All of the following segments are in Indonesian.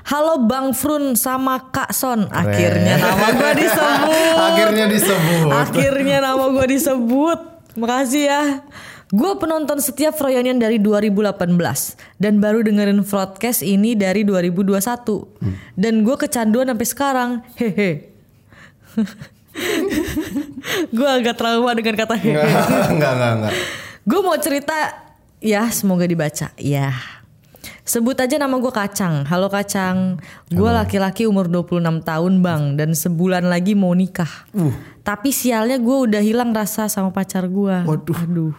Halo Bang Frun sama Kak Son. Akhirnya nama gue disebut. Akhirnya nama gue disebut. Makasih ya. Gue penonton setiap Froyonian dari 2018 dan baru dengerin broadcast ini dari 2021. Dan gue kecanduan sampai sekarang. Hehe. Gue agak trauma dengan kata hehe. Enggak. Gue mau cerita ya, semoga dibaca. Ya. Sebut aja nama gue Kacang. Halo Kacang. Gue laki-laki umur 26 tahun bang. Dan sebulan lagi mau nikah. Tapi sialnya gue udah hilang rasa sama pacar gue. Aduh.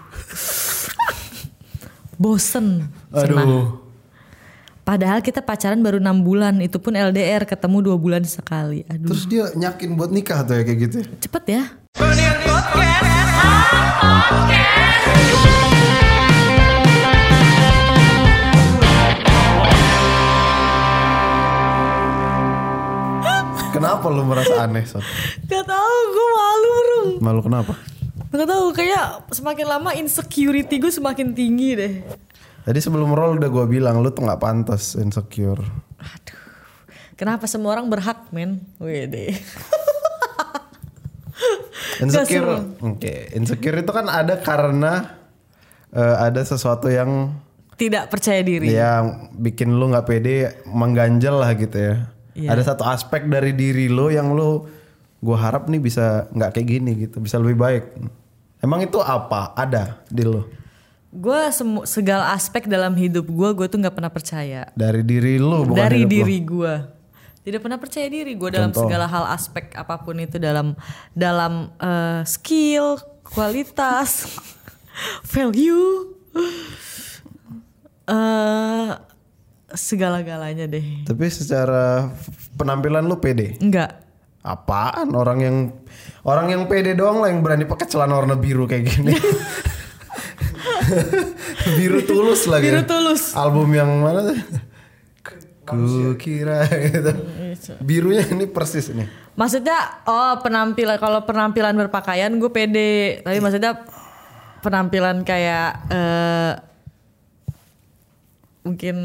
Bosen. Aduh. Padahal kita pacaran baru 6 bulan. Itu pun LDR, ketemu 2 bulan sekali. Aduh. Terus dia nyakin buat nikah tuh ya kayak gitu. Cepet ya. Kenapa lu merasa aneh, Son? Gak tahu, gue malu Rung. Malu kenapa? Gak tahu, kayak semakin lama insecurity gue semakin tinggi deh. Tadi sebelum roll udah gue bilang lu tuh gak pantas insecure. Aduh, kenapa semua orang berhak men? Wede. Insecure itu kan ada karena ada sesuatu yang tidak percaya diri. Yang bikin lu gak pede, mengganjal lah gitu ya. Yeah. Ada satu aspek dari diri lo yang lo gue harap nih bisa nggak kayak gini gitu, bisa lebih baik. Emang itu apa? Ada di lo? Gue segala aspek dalam hidup gue tuh nggak pernah percaya. Dari diri lo, bukan dari hidup diri lo. Gue tidak pernah percaya diri gue dalam segala hal, aspek apapun itu, dalam skill, kualitas, value, segala-galanya deh. Tapi secara penampilan lu pede? Enggak. Apaan? Orang yang pede doang lah yang berani pakai celana warna biru kayak gini. Biru tulus lagi. Biru tulus. Album yang mana tuh? Ku kira gitu. Birunya ini persis nih. Maksudnya kalau penampilan berpakaian gue pede. Tapi maksudnya penampilan kayak mungkin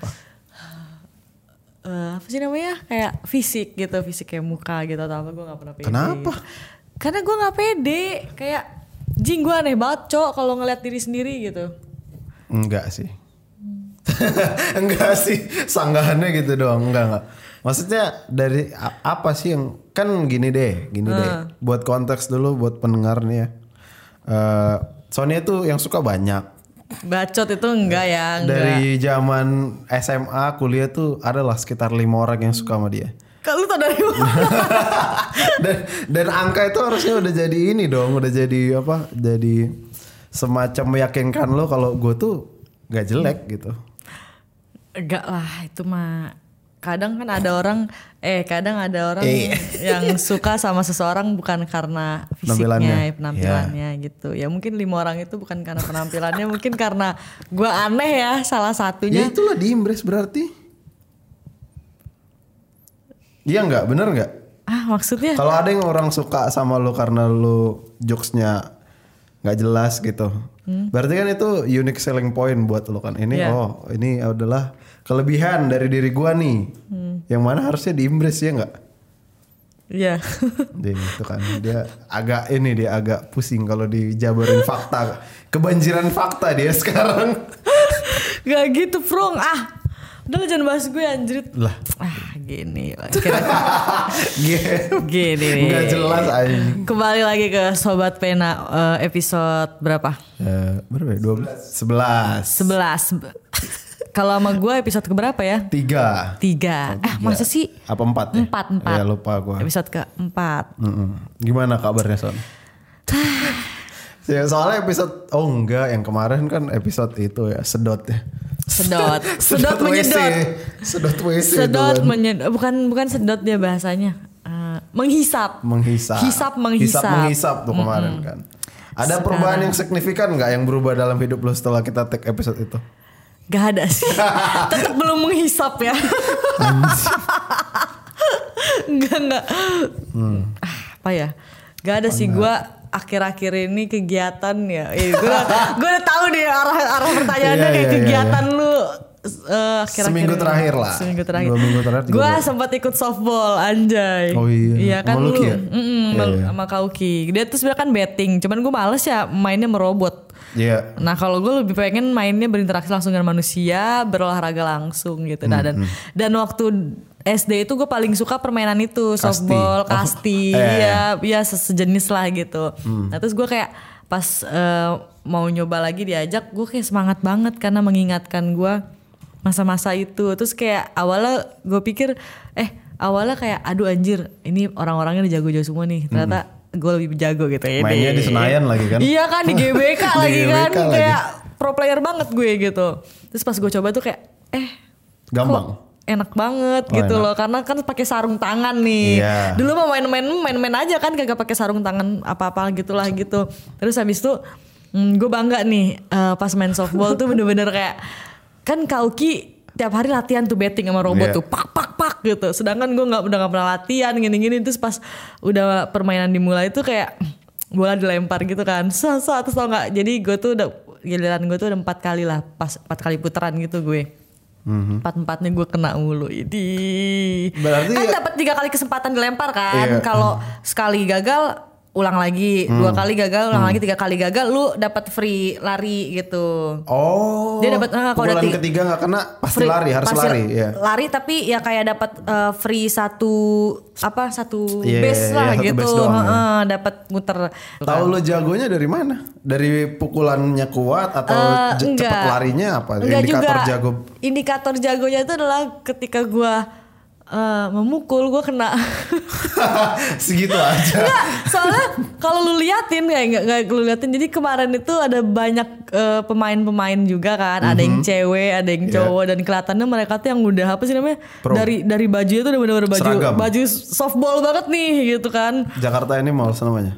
apa sih namanya, kayak fisik gitu, fisik kayak muka gitu atau apa, gue nggak pernah pede. Kenapa? Gitu. Karena gue nggak pede, kayak jing gue aneh banget cok kalau ngeliat diri sendiri gitu. Enggak sih. Enggak sih, sanggahannya gitu doang. Enggak. Maksudnya dari apa sih yang kan gini deh. Buat konteks dulu buat pendengar nih ya. Soalnya tuh yang suka banyak. Bacot itu enggak ya, enggak. Dari zaman SMA kuliah tuh adalah sekitar 5 orang yang suka sama dia. Kalau tau dari mana? dan angka itu harusnya udah jadi ini dong, udah jadi apa? Jadi semacam meyakinkan lo kalau gue tuh gak jelek gitu. Enggak lah, itu mah kadang ada orang yang suka sama seseorang bukan karena fisiknya, penampilannya gitu. Ya mungkin 5 orang itu bukan karena penampilannya, mungkin karena gue aneh ya salah satunya. Ya itulah diimbres berarti. Iya nggak, bener nggak? Maksudnya? Kalau ada yang orang suka sama lo karena lo jokesnya nggak jelas gitu, berarti kan itu unique selling point buat lo kan. Ini ini adalah kelebihan dari diri gua nih, yang mana harusnya diimbres ya nggak? Iya. Dia itu kan dia agak pusing kalau dijabarin fakta, kebanjiran fakta dia sekarang. Gak gitu Frong, udah jangan bahas gue anjrit. Lah. Gini lah. Gini nih. Gak jelas aja. Kembali lagi ke Sobat Pena, episode berapa? Berapa ya? 11. Kalau sama gue episode keberapa ya? 3. Masa sih? Apa 4 ya? 4. Ya lupa gue. Episode ke-4. Gimana kabarnya Son? Ya, soalnya episode yang kemarin kan episode itu ya sedot ya. Sedot menyedot. Sedot WC. Sedot menyedot. Bukan sedot dia bahasanya. Menghisap. Hisap menghisap tuh kemarin kan. Ada perubahan yang signifikan nggak yang berubah dalam hidup lo setelah kita take episode itu? Gak ada sih. Tetap belum menghisap ya. Enggak. Apa ya? Gak ada sih, gue akhir-akhir ini kegiatan ya. Gue udah tahu deh arah pertanyaannya kayak kegiatan lu seminggu terakhir lah. Seminggu terakhir. 2 minggu terakhir. Gue sempat ikut softball, anjay. Oh iya. Iya kan lu. Ya? Sama Kauki. Dia tuh sebenarnya kan betting, cuman gue males ya mainnya merobot. Iya. Nah kalau gue lebih pengen mainnya berinteraksi langsung dengan manusia, berolahraga langsung gitu. Nah dan waktu SD itu gue paling suka permainan itu, softball, kasti, ya sejenis lah gitu. Nah terus gue kayak pas mau nyoba lagi diajak, gue kayak semangat banget karena mengingatkan gue masa-masa itu. Terus kayak awalnya gue pikir awalnya kayak aduh anjir ini orang-orangnya udah jago-jago semua nih, ternyata gue lebih jago gitu ya. Mainnya di Senayan lagi kan? Iya kan di GBK lagi kan, kayak pro player banget gue gitu. Terus pas gue coba tuh kayak gampang. Enak banget gitu loh, karena kan pakai sarung tangan nih. Dulu mah main-main aja kan, kagak pakai sarung tangan apa-apa gitulah gitu. Terus habis itu gue bangga nih pas main softball tuh bener-bener kayak kan Kauki tiap hari latihan tuh betting sama robot tuh pak gitu. Sedangkan gue udah nggak pernah latihan gini-gini. Terus pas udah permainan dimulai tuh kayak bola dilempar gitu kan. Terus tau nggak? Jadi gue tuh udah giliran gue tuh udah 4 kali lah, pas 4 kali putaran gitu gue. 4-4-nya gue kena mulu. Berarti kan dapat 3 kali kesempatan dilempar kan. Kalau sekali gagal ulang lagi, 2 kali gagal ulang lagi, 3 kali gagal lu dapat free lari gitu. Oh. Dia dapat kalau bulan ketiga nggak kena pasti free, lari, harus lari ya. Lari tapi ya kayak dapat free satu base lah gitu. Dapat muter. Tahu lo jagonya dari mana? Dari pukulannya kuat atau cepat larinya apa? Enggak indikator juga. Jago. Indikator jagonya itu adalah ketika gua memukul gue kena. Segitu aja. Enggak, soalnya kalau lu liatin nggak lu liatin. Jadi kemarin itu ada banyak pemain-pemain juga kan. Ada yang cewek, ada yang cowok, dan kelihatannya mereka tuh yang udah apa sih namanya? Pro. Dari bajunya tuh udah bener-bener baju softball banget nih gitu kan. Jakarta Animals namanya.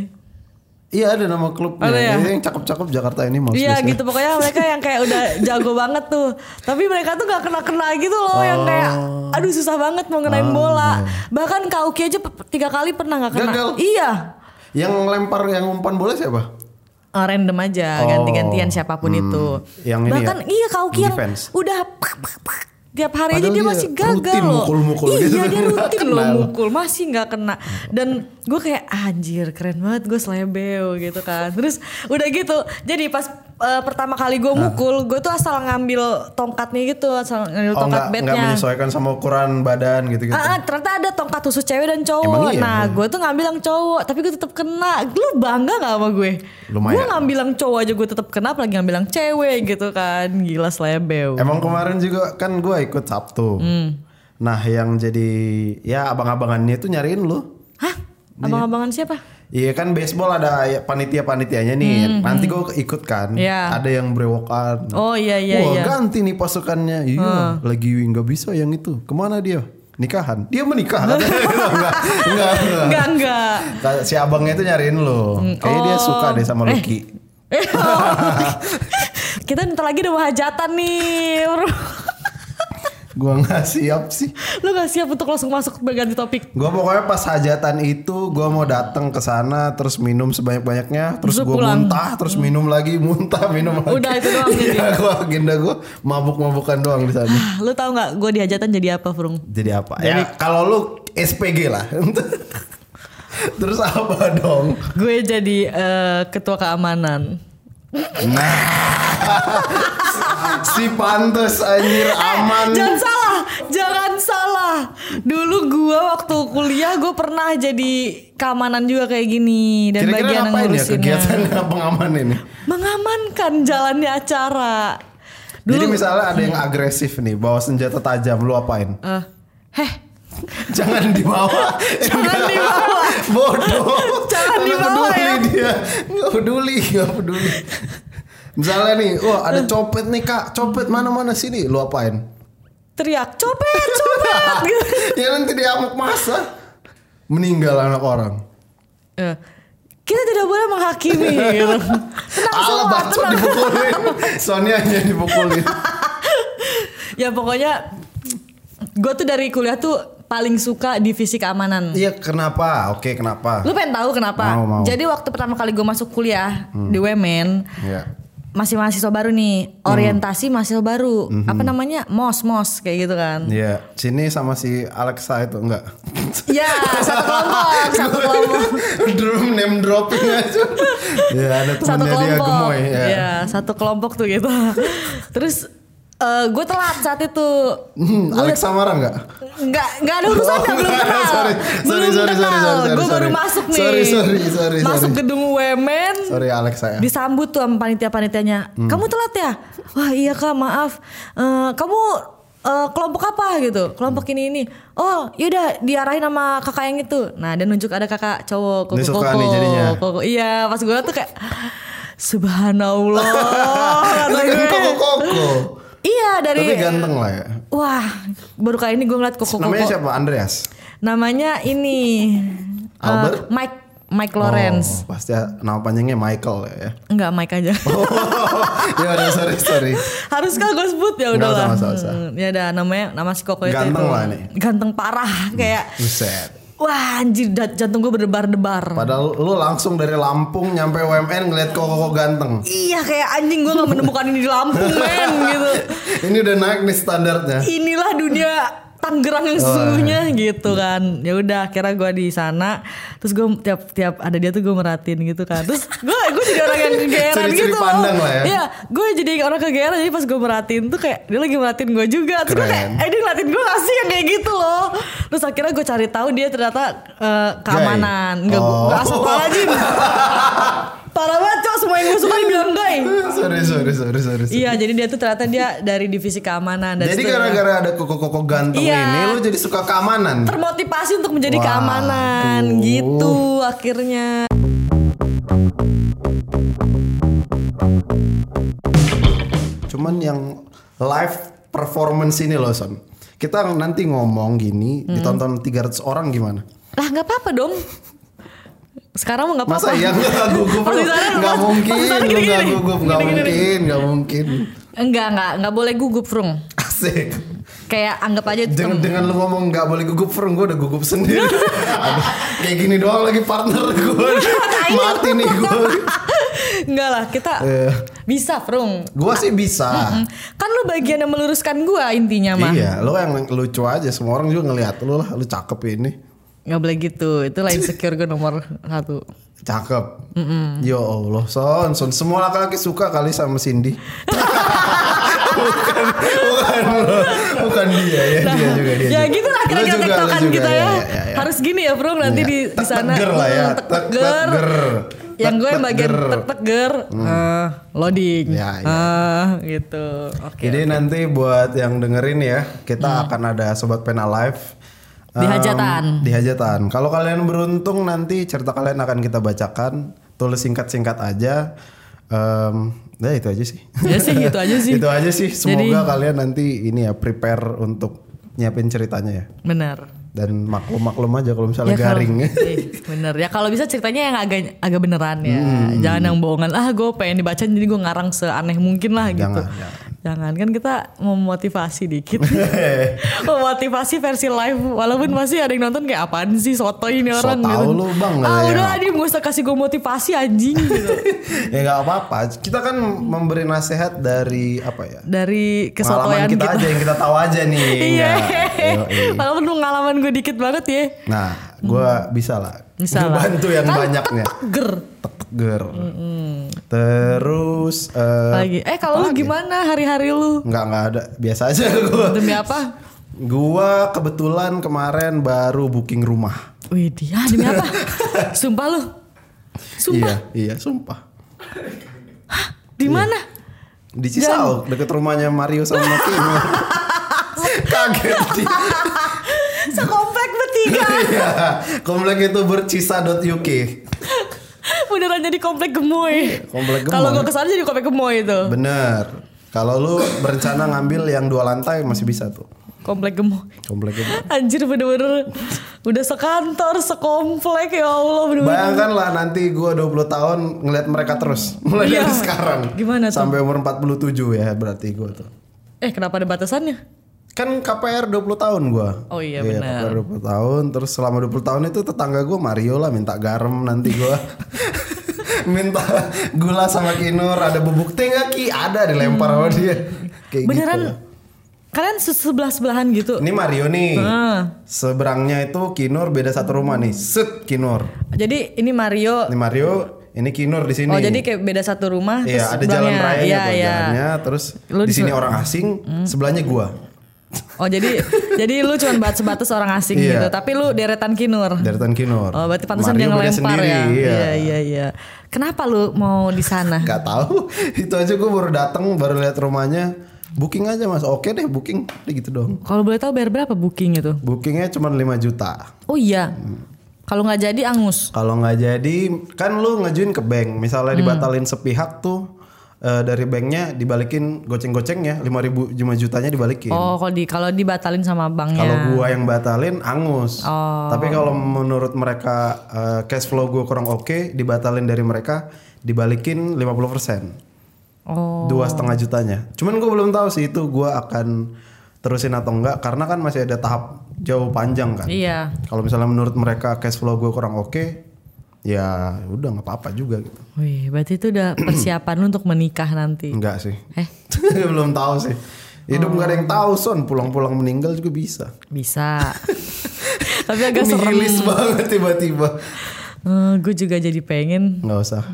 Iya ada nama klubnya. Ya? Yang cakep-cakep Jakarta Animals. Iya gitu, pokoknya mereka yang kayak udah jago banget tuh. Tapi mereka tuh gak kena-kena gitu loh. Yang kayak aduh susah banget mau ngenain bola. Bahkan Kauki aja 3 kali pernah gak kena. Gagal. Iya. Yang lempar, yang umpan bola siapa? Random aja, ganti-gantian siapapun itu. Yang bahkan ini ya? Kauki yang udah tiap hari aja dia masih gagal loh. Mukul-mukul iya gitu. Dia rutin loh mukul, masih gak kena. Dan gue kayak anjir keren banget, gue selebeo gitu kan. Terus udah gitu, jadi pas pertama kali gue mukul, gue tuh asal ngambil tongkatnya gitu, asal ngambil tongkat batnya. Nggak menyesuaikan sama ukuran badan gitu-gitu. Ternyata ada tongkat khusus cewek dan cowok. Iya? Nah gue tuh ngambil yang cowok, tapi gue tetap kena. Lu bangga gak sama gue? Lumayan. Gue ngambil yang cowok aja gue tetap kena, apalagi ngambil yang cewek gitu kan. Gila selebeo. Emang kemarin juga kan gue ikut Sabtu. Nah yang jadi ya abang-abangannya itu nyariin lu. Hah? Abang-abangan siapa? Iya kan baseball ada panitia-panitianya nih. Nanti gue ikut kan. Ada yang brewokan. Oh iya. Wah ganti nih pasukannya. Iya lagi nggak bisa yang itu. Kemana dia? Nikahan. Dia menikah kan? Enggak. Si abangnya itu nyariin lo. Kayaknya dia suka deh sama Lucky. Kita ntar lagi udah hajatan nih. Gua gak siap sih. Lu gak siap untuk langsung masuk berganti topik? Gua pokoknya pas hajatan itu gua mau datang ke sana terus minum sebanyak-banyaknya, terus gua muntah, terus minum lagi, muntah, minum lagi. Udah itu doang jadi. Ya, agenda gua mabuk-mabukan doang di sana. Lu tahu nggak gua di hajatan jadi apa, Frung? Jadi apa? Ya kalau lu SPG lah. Terus apa dong? Gue jadi ketua keamanan. Nah. Si pantes anjir aman. Jangan salah. Dulu gue waktu kuliah gue pernah jadi keamanan juga kayak gini. Dan kira-kira bagian ngurusinnya. Kegiatan pengaman ini? Mengamankan jalannya acara. Dulu, jadi misalnya ada yang agresif nih, bawa senjata tajam, lu apain? Jangan dibawa. Jangan dibawa. Bodoh. Jangan dibawa ya. Dia nggak peduli. Misalnya nih, wah ada copet nih kak, copet mana sini, lu apain? Teriak, copet. Ya nanti dia amuk masa, meninggal anak orang. Kita tidak boleh menghakimi. Gitu. Tenang. Dipukulin, Sonianya dipukulin. Ya pokoknya, gue tuh dari kuliah tuh paling suka divisi keamanan. Iya kenapa? Oke kenapa? Lu pengen tahu kenapa? Mau. Jadi waktu pertama kali gue masuk kuliah di Women. masih mahasiswa baru nih, orientasi mahasiswa baru, apa namanya, mos kayak gitu kan? Iya, sini sama si Alexa itu enggak? Iya, satu kelompok. Drum name dropping aja. Ya ada temennya dia gemoy. Iya, satu kelompok tuh gitu. Terus gue telat saat itu. Alexa marah nggak? Nggak ada urusannya, belum kenal. Sorry. Gue baru masuk nih. Sorry. Masuk gedung UMN. Sorry Alexa ya. Disambut tuh sama panitia-panitianya. Kamu telat ya? Wah iya kak, maaf. Kamu kelompok apa gitu? Kelompok ini. Oh yaudah diarahin sama kakak yang itu. Nah dia nunjuk ada kakak cowok. Dia suka nih jadinya. Iya pas gue tuh kayak subhanallah. Koko. Iya dari. Tapi ganteng lah ya. Wah baru kali ini gue ngeliat Koko. Namanya siapa? Andreas? Namanya ini Albert? Mike Lawrence. Oh, pasti nama panjangnya Michael ya. Enggak, Mike aja. Ya udah sorry. Harus kan gue sebut ya udah lah. Ya udah nama si Koko itu. Ganteng lah nih. Ganteng parah kayak. Buset. Wah anjir jantung gue berdebar-debar. Padahal lu langsung dari Lampung nyampe UMN ngeliat Koko ganteng. Iya kayak anjing gue gak menemukan ini di Lampung men gitu. Ini udah naik nih standarnya. Inilah dunia Tangerang yang sesungguhnya gitu kan. Ya udah akhirnya gue di sana. Terus gue tiap ada dia tuh gue merhatiin gitu kan. Terus gue jadi orang yang kegeeran gitu loh. Pandang lah ya. Iya gue jadi orang kegeeran. Jadi pas gue merhatiin tuh kayak dia lagi merhatiin gue juga. Terus gue kayak dia ngeliatin gue gak sih yang kayak gitu loh. Terus akhirnya gue cari tahu dia ternyata keamanan. Gak astagfirullahaladzim. Parah banget cok, semua yang gue suka dibilang gay. Sorry. Iya jadi dia tuh ternyata dia dari divisi keamanan. Jadi gara-gara ada Koko ganteng ini lu jadi suka keamanan. Termotivasi untuk menjadi keamanan gitu akhirnya. Cuman yang live performance ini loh Son. Kita nanti ngomong gini ditonton 300 orang gimana? Lah gak apa-apa dong. Sekarang mau gak apa-apa. Masa iya gak gugup lu? Gak mungkin lu gak gugup. Gak mungkin. Enggak boleh gugup Frung. Asik. Kayak anggap aja dengan lu ngomong gak boleh gugup Frung, gue udah gugup sendiri. Aduh, kayak gini doang lagi partner gue. Mati nih gue. Enggak lah kita bisa Frung. Gue sih bisa. Kan lu bagian yang meluruskan gue intinya mah. Iya lu yang lucu aja. Semua orang juga ngeliat lu lah. Lu cakep ini. Gak boleh gitu. Itulah insecure gue nomor 1. Cakep. Ya Allah Son semua laki-laki suka kali sama Cindy. bukan dia ya. Nah, dia juga ya gitu lah kira-kira tektokan kita ya. Harus gini ya Bro nanti di sana. Teger lah ya. Teger. Yang gue yang bagian teger loading. Gitu. Oke. Jadi nanti buat yang dengerin ya, kita akan ada Sobat Pena Live di hajatan. Kalau kalian beruntung nanti cerita kalian akan kita bacakan. Tulis singkat-singkat aja. Ya itu aja sih. Ya sih gitu aja sih. Itu aja sih. Semoga kalian nanti ini ya prepare untuk nyiapin ceritanya ya. Benar. Dan maklum aja kalau misalnya garing. Bener ya kalau bisa ceritanya yang agak beneran ya. Jangan yang bohongan. Gue pengen dibaca jadi gue ngarang seaneh mungkin lah gitu. Jangan kan kita memotivasi dikit. Memotivasi versi live. Walaupun masih ada yang nonton kayak apaan sih soto ini orang gitu. Tahu lu bang. Udah dia gak usah kasih gue motivasi anjing gitu. Ya gak apa-apa. Kita kan memberi nasihat dari apa ya? Dari kesotoyan kita aja yang kita tahu aja nih. Iya. Walaupun pengalaman gue dikit banget ya. Nah gue bisa lah. Gue bantu yang kan banyaknya. Teger. Terus lagi. Kalau lu gimana hari-hari lu? Enggak ada. Biasa aja gue. Demi apa? Gua kebetulan kemarin baru booking rumah. Wih dia demi apa? Sumpah lu? Sumpah? Iya sumpah. Hah? Di mana? Di Cisauk deket rumahnya Mario sama Makino. Kaget dia. Sekomplek bertiga. Iya. Komplek itu bercisa.uk. Beneran jadi komplek gemoy. Komplek gemoy. Kalau gue kesana jadi komplek gemoy itu. Bener. Kalau lu berencana ngambil yang 2 lantai masih bisa tuh. Komplek gemoy. Anjir bener-bener udah sekantor, sekomplek ya Allah bener-bener. Bayangkan lah nanti gue 20 tahun ngeliat mereka terus. Mulai dari sekarang. Gimana tuh? Sampai umur 47 ya berarti gue tuh. Kenapa ada batasannya? Kan KPR 20 tahun gue. Oh iya benar. KPR 20 tahun. Terus selama 20 tahun itu tetangga gue Mario lah minta garam nanti gue. minta gula sama Kinur, ada bubuk teh nggak Ki? Ada, dilempar sama dia. Kayak Beneran gitu. kalian sebelah-sebelahan gitu? Ini Mario nih. Seberangnya itu Kinur, beda satu rumah nih. Set Kinur. Jadi ini Mario. Ini Kinur di sini. Oh, jadi kayak beda satu rumah. Iya, ada jalan raya jalannya, terus di sini orang asing, sebelahnya gua. Oh, jadi lu cuma sebatas orang asing gitu, tapi lu deretan Kinur. Oh, berarti pantesan dia ngelempar ya. Iya. Kenapa lu mau di sana? Gak tahu. Itu aja gue baru datang, baru lihat rumahnya. Booking aja Mas. Oke deh booking. Gitu dong. Kalau boleh tahu bayar berapa booking itu? Bookingnya cuma 5 juta. Oh iya. Kalau nggak jadi angus. Kalau nggak jadi kan lu ngajuin ke bank. Misalnya dibatalin sepihak tuh dari banknya dibalikin goceng-gocengnya 5 jutanya dibalikin. Oh, kalau dibatalin sama banknya. Kalau gua yang batalin angus. Oh. Tapi kalau menurut mereka cash flow gua kurang oke, dibatalin dari mereka dibalikin 50%. Oh. 2,5 jutanya. Cuman gua belum tahu sih itu gua akan terusin atau enggak karena kan masih ada tahap jauh panjang kan. Iya. Kalau misalnya menurut mereka cash flow gua kurang oke, ya udah nggak apa-apa juga gitu. Wih, berarti itu udah persiapan lu untuk menikah nanti? Enggak sih. Belum tahu sih. Hidup nggak ada yang tahu Son. Pulang-pulang meninggal juga bisa. Bisa. Tapi agak serem. Nihilis banget tiba-tiba. Gue juga jadi pengen. Nggak usah.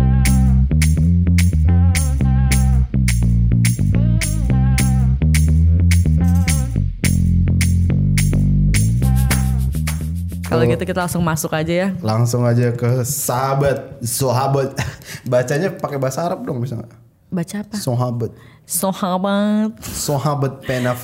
Kalau gitu kita langsung masuk aja ya. Langsung aja ke sahabat. Bacanya pakai bahasa Arab dong bisa nggak? Baca apa? Sahabat Pena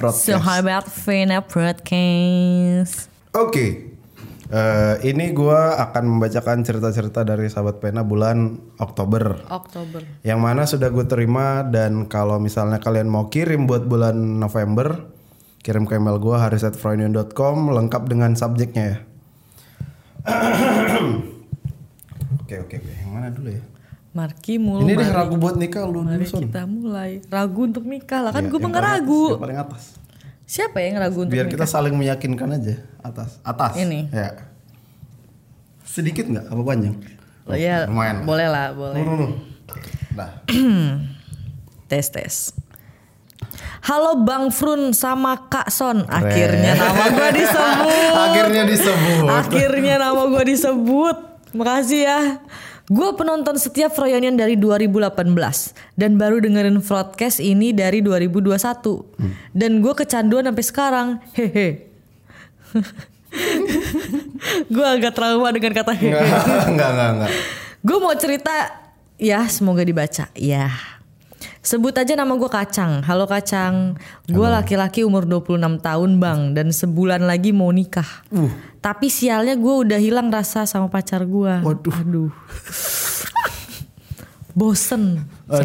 Podcast. Oke. Ini gue akan membacakan cerita-cerita dari sahabat Pena bulan Oktober. Yang mana sudah gue terima, dan kalau misalnya kalian mau kirim buat bulan November, kirim ke email gue haris@froynion.com lengkap dengan subjeknya ya. Oke. Yang mana dulu ya? Marki mulai. Ini deh ragu buat nikah lu. Mari kita mulai. Ragu untuk nikah lah kan gue nggak ragu. Yang paling atas. Siapa yang ragu untuk biar nikah? Kita saling meyakinkan aja. Atas. Ini. Ya. Sedikit nggak? Apa panjang? Oh, ya. Lumayan. Boleh lah, boleh. Nah. Tes. Halo Bang Frun sama Kak Son. Akhirnya nama gue disebut. Akhirnya nama gue disebut. Makasih ya. Gue penonton setiap Froyonion dari 2018 dan baru dengerin broadcast ini dari 2021. Dan gue kecanduan sampai sekarang. Hehe. Gue agak trauma dengan kata hehe. Enggak. Gue mau cerita ya, semoga dibaca. Ya. Sebut aja nama gue Kacang. Halo Kacang. Gue laki-laki umur 26 tahun bang, dan sebulan lagi mau nikah. Tapi sialnya gue udah hilang rasa sama pacar gue. Aduh. Bosen.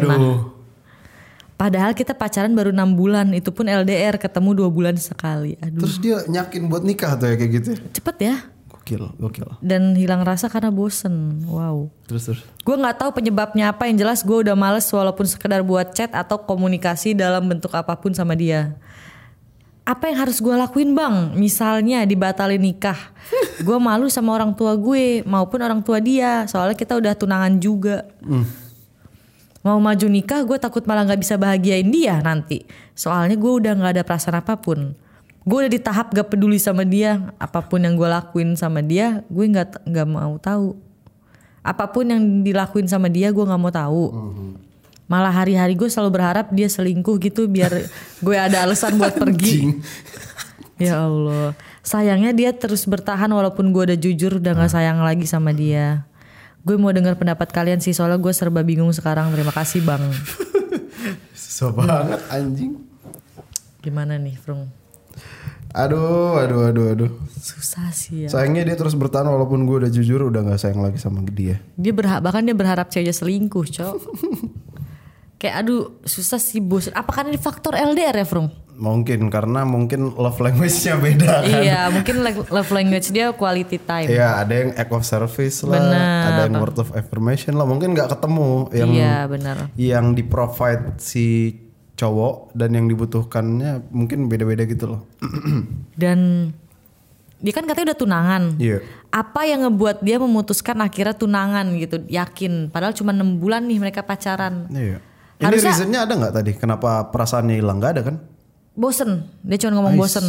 Padahal kita pacaran baru 6 bulan. Itu pun LDR, ketemu 2 bulan sekali. Aduh. Terus dia nyakin buat nikah tuh ya kayak gitu? Cepet ya. Gokil. Dan hilang rasa karena bosen. Wow. Terus. Gue nggak tahu penyebabnya apa. Yang jelas gue udah males walaupun sekedar buat chat atau komunikasi dalam bentuk apapun sama dia. Apa yang harus gue lakuin bang? Misalnya dibatalin nikah. Gue malu sama orang tua gue maupun orang tua dia. Soalnya kita udah tunangan juga. Mau maju nikah gue takut malah gak bisa bahagiain dia nanti. Soalnya gue udah gak ada perasaan apapun. Gue udah di tahap gak peduli sama dia. Apapun yang gue lakuin sama dia, gue gak mau tahu. Apapun yang dilakuin sama dia, gue gak mau tahu. Malah hari-hari gue selalu berharap dia selingkuh gitu, biar gue ada alasan buat pergi. Ya Allah. Sayangnya dia terus bertahan walaupun gue udah jujur udah gak sayang lagi sama dia. Gue mau dengar pendapat kalian sih, soalnya gue serba bingung sekarang. Terima kasih bang. Susah banget anjing. Gimana nih Frung? Aduh. Susah sih ya. Sayangnya dia terus bertahan walaupun gue udah jujur udah gak sayang lagi sama dia. Bahkan dia berharap ceweknya selingkuh, cok. Kayak aduh susah sih bos. Apakah ini faktor LDR ya Frung? Mungkin love language-nya beda kan. Iya mungkin love language dia quality time. Iya ada yang act of service lah. Bener. Ada yang word of affirmation lah. Mungkin gak ketemu yang, iya benar. Yang di provide si cowok dan yang dibutuhkannya mungkin beda-beda gitu loh. Dan dia kan katanya udah tunangan. Iya. apa yang ngebuat dia memutuskan akhirnya tunangan gitu, yakin. Padahal cuma 6 bulan nih mereka pacaran. Iya. Ini reasonnya ada nggak tadi? Kenapa perasaannya hilang? Nggak ada kan? Bosen, dia cuma ngomong bosen.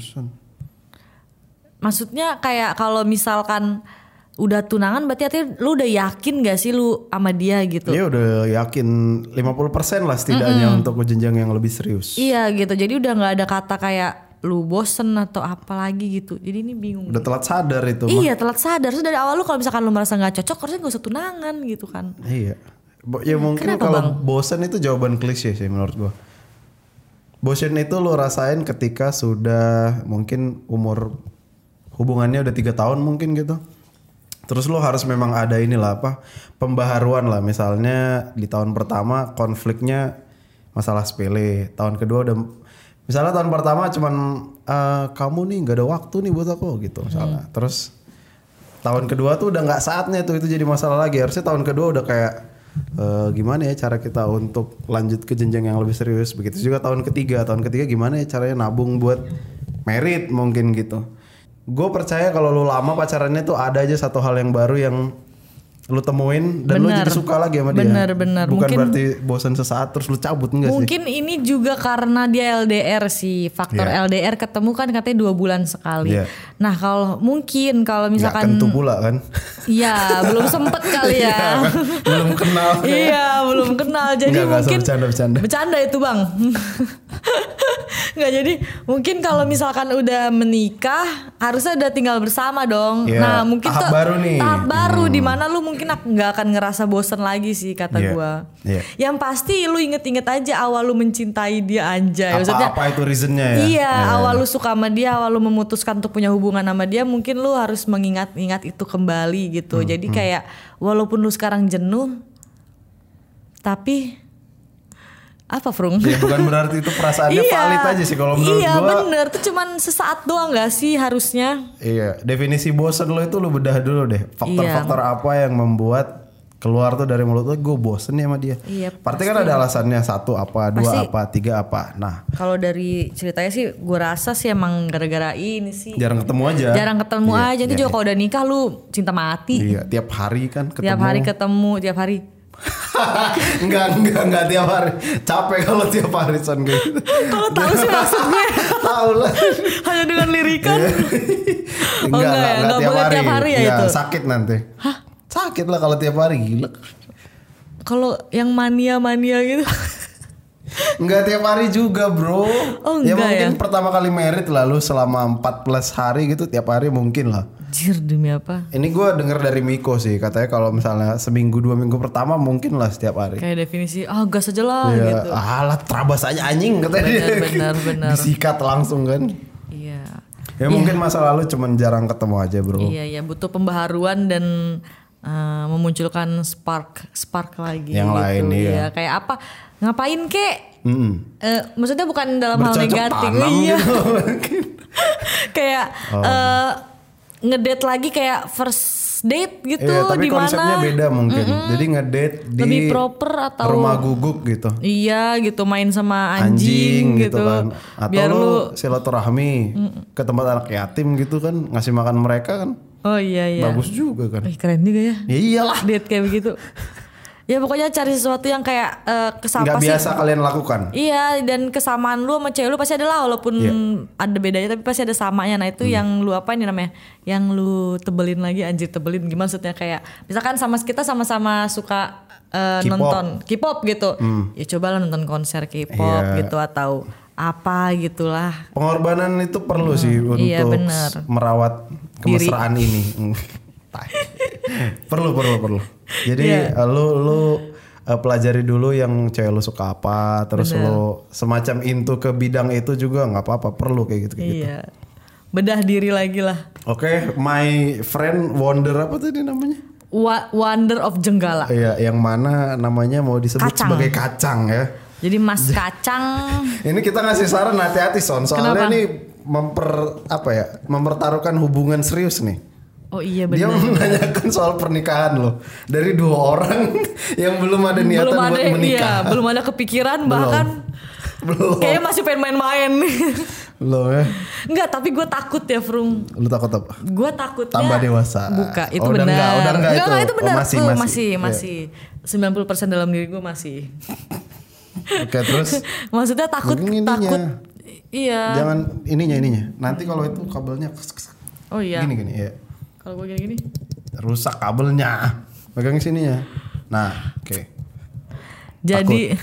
Maksudnya kayak kalau misalkan udah tunangan berarti artinya lu udah yakin gak sih lu sama dia gitu? Iya udah yakin 50% lah setidaknya untuk jenjang yang lebih serius. Iya gitu, jadi udah gak ada kata kayak lu bosen atau apa lagi gitu. Jadi ini bingung. Udah telat sadar itu Iya telat sadar. Terus dari awal lu kalau misalkan lu merasa gak cocok harusnya gak usah tunangan gitu kan. Iya. Ya mungkin kalau bosen itu jawaban klise sih menurut gua. Bosen itu lu rasain ketika sudah mungkin umur hubungannya udah 3 tahun mungkin gitu. Terus lu harus memang ada inilah pembaharuan lah. Misalnya di tahun pertama konfliknya masalah sepele. Tahun kedua udah misalnya tahun pertama cuman kamu nih gak ada waktu nih buat aku gitu misalnya. Terus tahun kedua tuh udah gak saatnya tuh itu jadi masalah lagi. Harusnya tahun kedua udah kayak gimana ya cara kita untuk lanjut ke jenjang yang lebih serius. Begitu juga tahun ketiga gimana ya caranya nabung buat merit mungkin gitu. Gue percaya kalau lu lama pacarannya tuh ada aja satu hal yang baru yang lu temuin dan lu jadi suka lagi sama dia. Bener. Bukan mungkin, berarti bosan sesaat terus lu cabut enggak sih? Mungkin ini juga karena dia LDR sih. Faktor LDR ketemu kan katanya 2 bulan sekali. Nah kalau misalkan nggak kentu pula kan? Iya belum sempet kali ya. Belum kenal. Iya belum kenal. Jadi mungkin bercanda itu bang. Nggak, jadi mungkin kalau misalkan udah menikah harusnya udah tinggal bersama dong. Nah mungkin tahap baru nih. Tahap baru di mana lu mungkin nggak akan ngerasa bosen lagi sih kata gua. Yang pasti lu inget-inget aja awal lu mencintai dia anjay. Apa itu reasonnya ya? Iya awal lu suka sama dia, awal lu memutuskan untuk punya hubungan sama dia, mungkin lu harus mengingat-ingat itu kembali gitu. Jadi kayak walaupun lu sekarang jenuh, tapi apa Frung? Ya bukan berarti itu perasaannya valid aja sih kalau menurut gua. Iya bener, itu cuman sesaat doang gak sih harusnya? Iya, definisi bosen lo itu lu bedah dulu deh. Faktor-faktor apa yang membuat keluar tuh dari mulut lo, gue bosen nih sama dia. Iya, Pasti kan ada alasannya 1 apa, 2 apa, 3 apa. Nah, kalau dari ceritanya sih gue rasa sih emang gara-gara ini sih. Jarang ketemu aja. Itu juga kalau udah nikah lu cinta mati. Iya, tiap hari kan ketemu. Tiap hari. Enggak tiap hari. Capek kalau tiap hari son gitu. Kalau tahu sih maksudnya. Tahu lah. Hanya dengan lirikan. Enggak tiap hari ya itu. Sakit nanti. Hah? Sakit lah kalau tiap hari, gila. Kalau yang mania gitu. Enggak tiap hari juga bro. Ya mungkin ya? Pertama kali merit lalu selama 14 hari gitu tiap hari mungkin lah. Anjir demi apa? Ini gue denger dari Miko sih, katanya kalau misalnya seminggu 2 minggu pertama mungkin lah setiap hari. Kayak definisi gas aja lah gitu. Alah terabas aja anjing katanya. Benar. Disikat langsung kan. Iya. Ya mungkin masa lalu cuman jarang ketemu aja bro. Iya butuh pembaharuan dan memunculkan spark lagi. Yang gitu. lain ya. Kayak apa? Ngapain kek? Maksudnya bukan dalam hal bercocok negatif. Iya. Gitu. Kayak ngedate lagi kayak first date gitu. Iya, tapi dimana? konsepnya beda mungkin. Jadi ngedate di lebih proper atau rumah guguk gitu. Iya gitu, main sama anjing gitu kan. Atau biar lu silaturahmi ke tempat anak yatim gitu kan, ngasih makan mereka kan. Oh iya. Bagus juga kan. Keren juga ya. Iyalah. Date kayak begitu. Ya pokoknya cari sesuatu yang kayak nggak biasa kalian lakukan. Iya, dan kesamaan lu sama cewek lu pasti ada lah, walaupun ada bedanya tapi pasti ada samanya. Nah itu yang lu apa ini namanya, yang lu tebelin lagi, anjir tebelin gimana maksudnya, kayak misalkan kita sama-sama suka nonton K-pop gitu, ya cobalah nonton konser K-pop gitu atau apa gitulah. Pengorbanan itu perlu sih untuk merawat kemesraan ini. perlu. Jadi lu pelajari dulu yang cewek lu suka apa, terus lu semacam into ke bidang itu juga nggak apa-apa, perlu kayak gitu. Iya. Bedah diri lagi lah. Oke, my friend Wonder apa tadi namanya? Wonder of Jenggala. Iya, yang mana namanya mau disebut sebagai kacang ya. Jadi Mas Kacang. Ini kita ngasih saran hati-hati soalnya nih mempertaruhkan hubungan serius nih. Oh iya benar. Dia menanyakan soal pernikahan loh dari 2 orang yang belum ada niatan buat menikah. Iya, belum ada kepikiran bahkan Belum. Kayaknya masih pengen main-main. Belum ya? Enggak, tapi gue takut ya, Frung. Lu takut apa? Gue takutnya Tambah dewasa. Buka, itu udah benar. Udah enggak itu. Itu benar. Masih. 90% dalam diri gue masih. Oke, terus maksudnya takut. Iya. Jangan ininya. Nanti kalau itu kabelnya oh iya. Gini ya. Kalau gue gini. Rusak kabelnya. Pegang sininya. Nah, oke. Jadi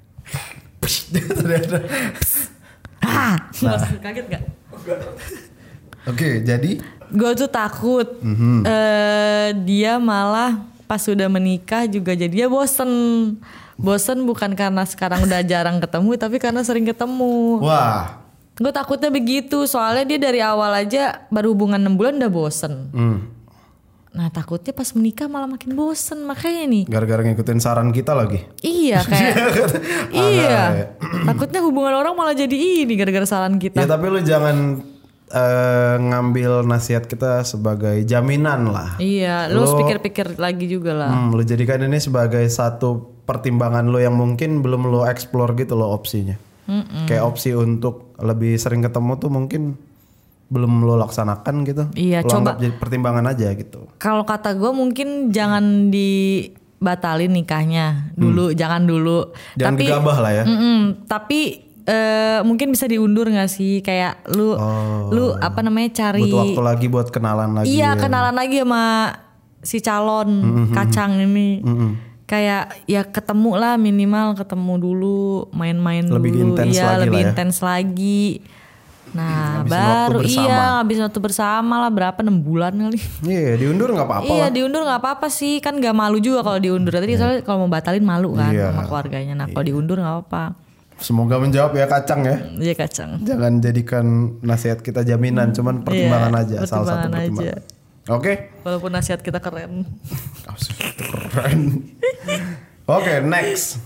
kaget gak? Oke, jadi gue tuh takut dia malah pas sudah menikah juga jadinya bosen bukan karena sekarang udah jarang ketemu tapi karena sering ketemu. Wah, gue takutnya begitu soalnya dia dari awal aja baru hubungan 6 bulan udah bosen. Nah takutnya pas menikah malah makin bosen, makanya nih. Gara-gara ngikutin saran kita lagi. Iya kayak iya. Takutnya hubungan orang malah jadi ini gara-gara saran kita. Ya tapi lu jangan ngambil nasihat kita sebagai jaminan lah. Iya, lu pikir-pikir lagi juga lah. Lu jadikan ini sebagai satu pertimbangan lu yang mungkin belum lu explore gitu loh opsinya. Kayak opsi untuk lebih sering ketemu tuh mungkin belum lo laksanakan gitu. Iya, lo coba jadi pertimbangan aja gitu. Kalau kata gue mungkin jangan dibatalin nikahnya dulu, jangan dulu. Jangan tapi gegabah lah ya. Tapi mungkin bisa diundur nggak sih? Kayak lu apa namanya cari. Butuh waktu lagi buat kenalan lagi. Iya, ya. kenalan lagi sama si calon kacang ini. Kayak ya ketemu lah, minimal ketemu dulu, main-main dulu. Iya, lebih intens lagi. Nah baru ngabisin waktu bersama lah berapa 6 bulan kali. Iya diundur nggak apa-apa. Iya diundur nggak apa-apa sih, kan nggak malu juga kalau diundur. Tadi soalnya kalau mau batalin malu kan sama keluarganya. Nah kalau diundur nggak apa-apa. Semoga menjawab ya Kacang ya. Iya Kacang. Jangan jadikan nasihat kita jaminan, cuman pertimbangan aja. Salah satu pertimbangan. Oke. Walaupun nasihat kita keren. Keren. Oke, next.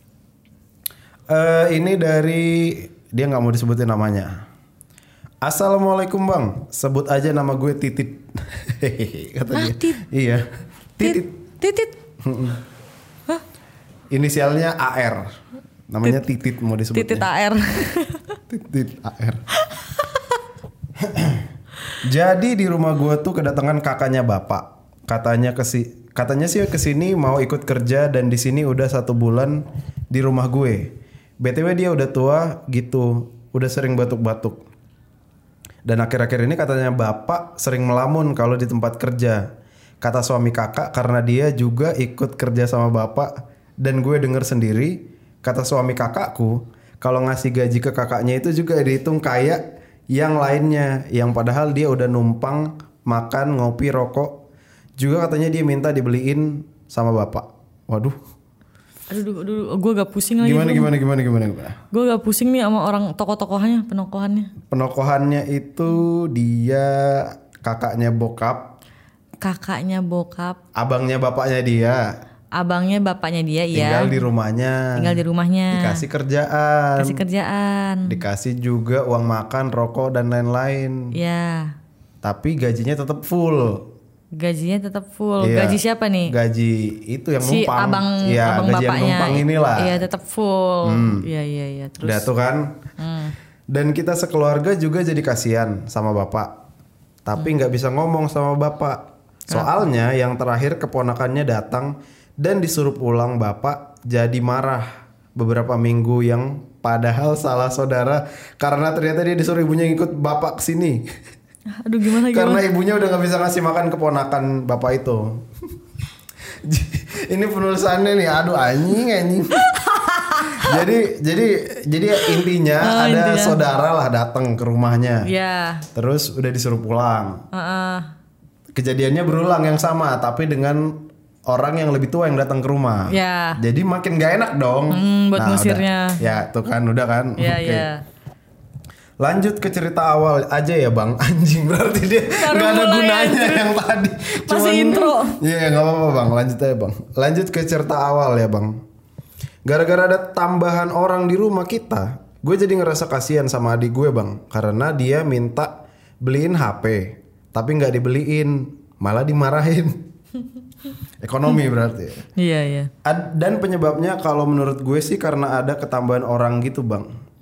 Ini dari dia nggak mau disebutin namanya. Assalamualaikum bang, sebut aja nama gue Titit. Katanya. Iya. Titit. Hah? Inisialnya AR. Namanya Titit mau disebutnya. Titit AR. Titit AR. Jadi di rumah gue tuh kedatangan kakaknya bapak. Katanya sih kesini mau ikut kerja dan di sini udah 1 bulan di rumah gue. BTW dia udah tua gitu, udah sering batuk-batuk. Dan akhir-akhir ini katanya bapak sering melamun kalau di tempat kerja. Kata suami kakak karena dia juga ikut kerja sama bapak. Dan gue denger sendiri, kata suami kakakku, kalau ngasih gaji ke kakaknya itu juga dihitung kayak yang lainnya. Yang padahal dia udah numpang, makan, ngopi, rokok. Juga katanya dia minta dibeliin sama bapak. Waduh. Aduh, gue gak pusing lagi. Gimana? Gue gak pusing nih sama orang penokohannya. Penokohannya itu dia kakaknya bokap. Abangnya bapaknya dia. Iya. Tinggal di rumahnya. Dikasih kerjaan. Dikasih juga uang makan, rokok dan lain-lain. Iya. Tapi gajinya tetap full. Iya. Gaji siapa nih? Gaji itu yang numpang. Abang gaji bapaknya. Yang numpang inilah. Iya tetap full. Iya. Terus. Udah tuh kan. Dan kita sekeluarga juga jadi kasihan sama bapak. Tapi nggak bisa ngomong sama bapak. Soalnya yang terakhir keponakannya datang dan disuruh pulang, bapak jadi marah beberapa minggu yang padahal salah saudara karena ternyata dia disuruh ibunya ngikut bapak kesini. Aduh gimana? Karena ibunya udah gak bisa ngasih makan keponakan bapak itu. Ini penulisannya nih, aduh anjing. jadi intinya ada saudara lah datang ke rumahnya. Iya. Terus udah disuruh pulang. Kejadiannya berulang yang sama tapi dengan orang yang lebih tua yang datang ke rumah. Iya. Jadi makin gak enak dong. Buat ngusirnya. Ya tuh kan udah kan. Iya. Lanjut ke cerita awal aja ya bang. Anjing berarti dia gak ada gunanya yang tadi. Masih intro. Iya gak apa-apa bang, lanjut aja bang. Lanjut ke cerita awal ya bang. Gara-gara ada tambahan orang di rumah kita, gue jadi ngerasa kasihan sama adik gue bang. Karena dia minta beliin HP, tapi gak dibeliin, malah dimarahin. Ekonomi berarti ya. Iya. Dan penyebabnya kalau menurut gue sih karena ada ketambahan orang gitu bang.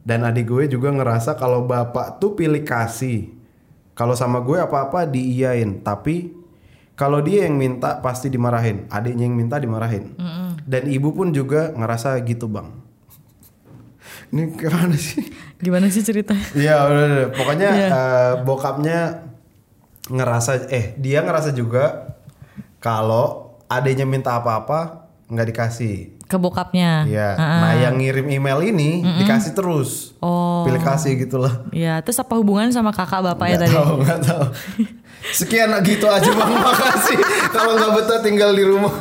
Dan adik gue juga ngerasa kalau bapak tuh pilih kasih. Kalau sama gue apa-apa diiyain, tapi kalau dia yang minta pasti dimarahin. Adiknya yang minta dimarahin. Dan ibu pun juga ngerasa gitu bang. Ini gimana sih? Gimana sih ceritanya? Iya udah. Pokoknya bokapnya ngerasa, dia ngerasa juga kalau adiknya minta apa-apa nggak dikasih. Ke bokapnya. Iya. Nah yang ngirim email ini dikasih terus. Pilih kasih gitulah. Iya. Terus apa hubungannya sama kakak bapaknya tadi? Nggak tahu. Sekian gitu aja bang, makasih. Kalau nggak betah tinggal di rumah.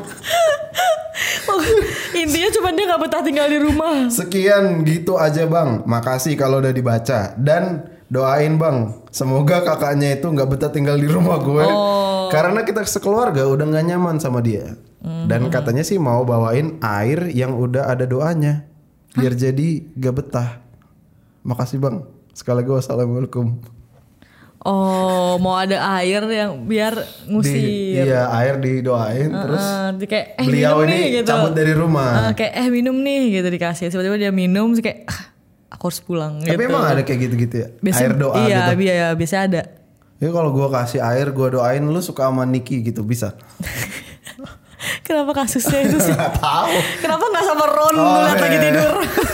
Intinya cuma dia nggak betah tinggal di rumah. Sekian gitu aja bang, makasih kalau udah dibaca. Dan doain bang, semoga kakaknya itu nggak betah tinggal di rumah gue. Karena kita sekeluarga udah nggak nyaman sama dia. Dan katanya sih mau bawain air yang udah ada doanya, biar jadi gak betah. Makasih bang. Sekali lagi wassalamualaikum. Mau ada air yang biar ngusir. Iya, air didoain terus kayak beliau minum ini nih, gitu. cabut dari rumah. Kayak minum nih gitu dikasih. Tiba-tiba dia minum kayak aku harus pulang. Tapi gitu. emang ada kayak gitu-gitu ya? Biasa, air doa gitu. Iya, biasa ada. Ya kalau gue kasih air, gue doain lu suka sama Niki gitu, bisa? Kenapa kasusnya itu sih? Gak tahu. Kenapa nggak sama Ron lihat lagi tidur?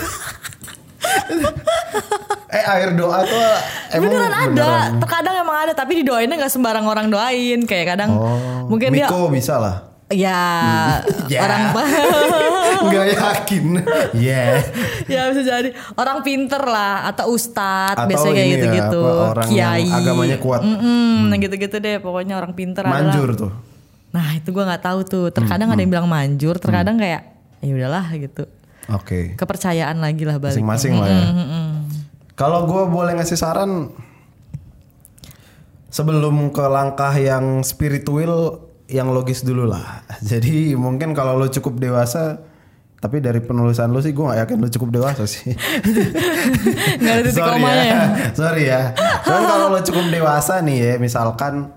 Air doa tuh emang beneran ada. Terkadang emang ada, tapi didoainnya nggak sembarang orang doain. Kayak kadang mungkin Miko bisa lah. Ya orang nggak yakin. Ya bisa jadi orang pinter lah atau ustadz atau biasanya kayak gitu-gitu. Orang Kiai yang agamanya kuat. Nah gitu-gitu deh. Pokoknya orang pinter manjur adalah, tuh. Nah itu gue nggak tahu tuh. Terkadang ada yang bilang manjur, terkadang kayak ya udahlah gitu. Oke. Kepercayaan lagi lah balik. Masing-masing lah ya. Kalau gue boleh ngasih saran, sebelum ke langkah yang spiritual, yang logis dulu lah. Jadi mungkin kalau lo cukup dewasa, tapi dari penulisan lo sih gue gak yakin lo cukup dewasa sih. Gak ada titik komanya ya. Sorry ya. Soalnya kalau lo cukup dewasa nih ya, misalkan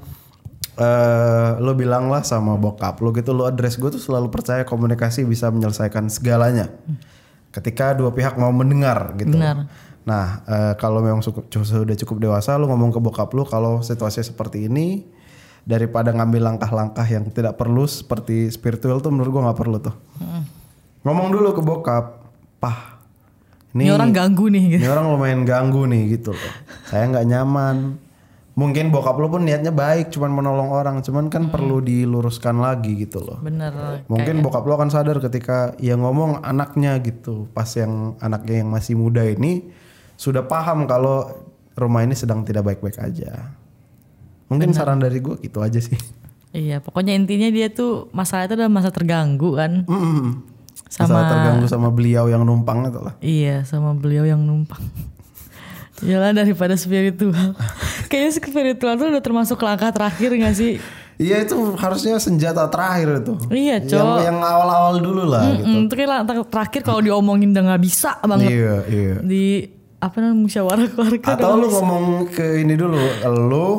lo bilang lah sama bokap lo gitu, lo address gue tuh selalu percaya komunikasi bisa menyelesaikan segalanya. Ketika dua pihak mau mendengar gitu. Benar. Nah kalau memang sudah cukup dewasa, lo ngomong ke bokap lo kalau situasinya seperti ini, daripada ngambil langkah-langkah yang tidak perlu seperti spiritual tuh menurut gue nggak perlu tuh. Ngomong dulu ke bokap, Pah, ini orang ganggu nih gitu. Ini orang lumayan ganggu nih gitu loh. Saya nggak nyaman. Mungkin bokap lo pun niatnya baik, cuman menolong orang, cuman kan perlu diluruskan lagi gitu loh. Bener. Mungkin bokap lo akan sadar ketika ya ngomong anaknya gitu, pas yang anaknya yang masih muda ini sudah paham kalau rumah ini sedang tidak baik-baik aja. Mungkin saran dari gue gitu aja sih. Iya, pokoknya intinya dia tuh masalah itu adalah masa terganggu kan. Masalah terganggu sama beliau yang numpang itu lah. Iya, sama beliau yang numpang. Yalah daripada spiritual. Kayaknya spiritual tuh udah termasuk langkah terakhir gak sih? Iya itu harusnya senjata terakhir itu. Iya cowok. Yang awal-awal dulu lah gitu. Itu kayak langkah terakhir kalau diomongin udah gak bisa banget. Iya. Di apa namanya musyawarah keluarga. Atau lu ngomong ke ini dulu, lu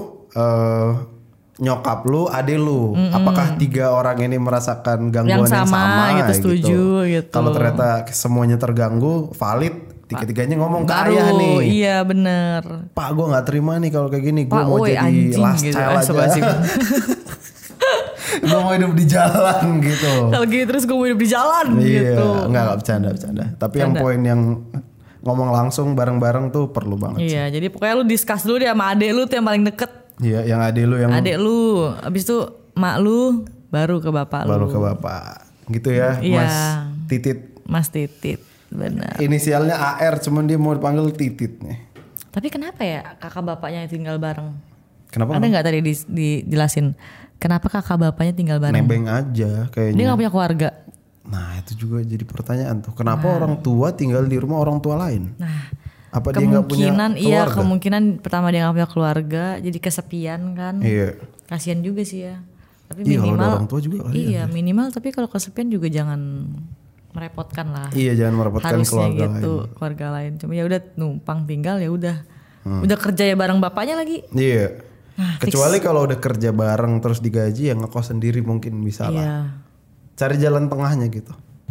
nyokap lu, adik lu, apakah 3 orang ini merasakan gangguan yang sama gitu, setuju gitu. Kalau ternyata semuanya terganggu, valid, 3-tiganya ngomong ke baru, ayah nih. Iya bener. Pak gue nggak terima nih kalau kayak gini, gue mau jadi anjing, last gitu. child aja. Gue mau hidup di jalan gitu. Kalau gitu terus gue mau hidup di jalan iya, gitu. Enggak bercanda. Tapi yang poin yang ngomong langsung bareng-bareng tuh perlu banget. Iya, jadi pokoknya lu discuss dulu deh sama adek lu tuh yang paling deket. Iya, yang adik lu yang. Adek lu, abis itu mak lu, baru ke bapak lu. Baru ke bapak, gitu ya, iya. Mas Titit. Mas Titit, benar. Inisialnya AR, cuman dia mau dipanggil Titit nih. Tapi kenapa ya kakak bapaknya tinggal bareng? Kenapa? Ada nggak tadi dijelasin? Kenapa kakak bapaknya tinggal bareng? Nebeng aja kayaknya. Dia nggak punya keluarga. Nah itu juga jadi pertanyaan tuh. Kenapa orang tua tinggal di rumah orang tua lain? Nah, apa dia nggak punya keluarga? Iya, kemungkinan pertama dia nggak punya keluarga, jadi kesepian kan. Iya. Kasian juga sih ya. Tapi iya, minimal. kalau orang tua juga. Iya, minimal. Tapi kalau kesepian juga jangan merepotkan lah. Iya, jangan merepotkan keluarga gitu, lain. Keluarga lain. Cuma ya udah numpang tinggal ya udah. Udah kerja ya bareng bapaknya lagi. Iya. Nah, kecuali kalau udah kerja bareng terus digaji ya ngekos sendiri mungkin bisa lah. Cari jalan tengahnya gitu.